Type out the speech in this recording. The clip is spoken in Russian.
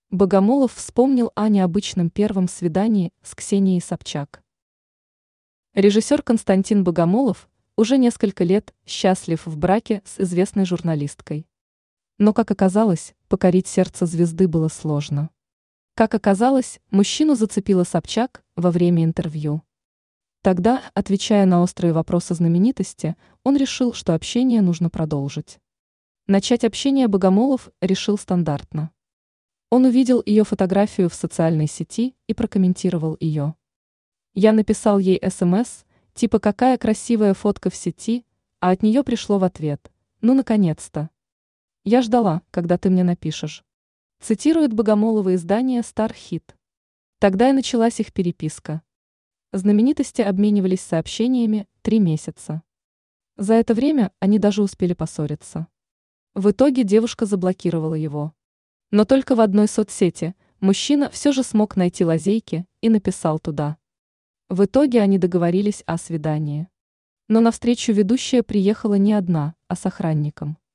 Богомолов вспомнил о необычном первом свидании с Ксенией Собчак. Режиссер Константин Богомолов уже несколько лет счастлив в браке с известной журналисткой. Но, как оказалось, покорить сердце звезды было сложно. Как оказалось, мужчину зацепила Собчак во время интервью. Тогда, отвечая на острые вопросы знаменитости, он решил, что общение нужно продолжить. Начать общение Богомолов решил стандартно. Он увидел ее фотографию в социальной сети и прокомментировал ее. Я написал ей СМС, типа «какая красивая фотка в сети», а от нее пришло в ответ «ну наконец-то». Я ждала, когда ты мне напишешь. Цитирует Богомолова издание «Стархит». Тогда и началась их переписка. Знаменитости обменивались сообщениями 3 месяца. За это время они даже успели поссориться. В итоге девушка заблокировала его. Но только в одной соцсети мужчина все же смог найти лазейки и написал туда. В итоге они договорились о свидании. Но навстречу ведущая приехала не одна, а с охранником.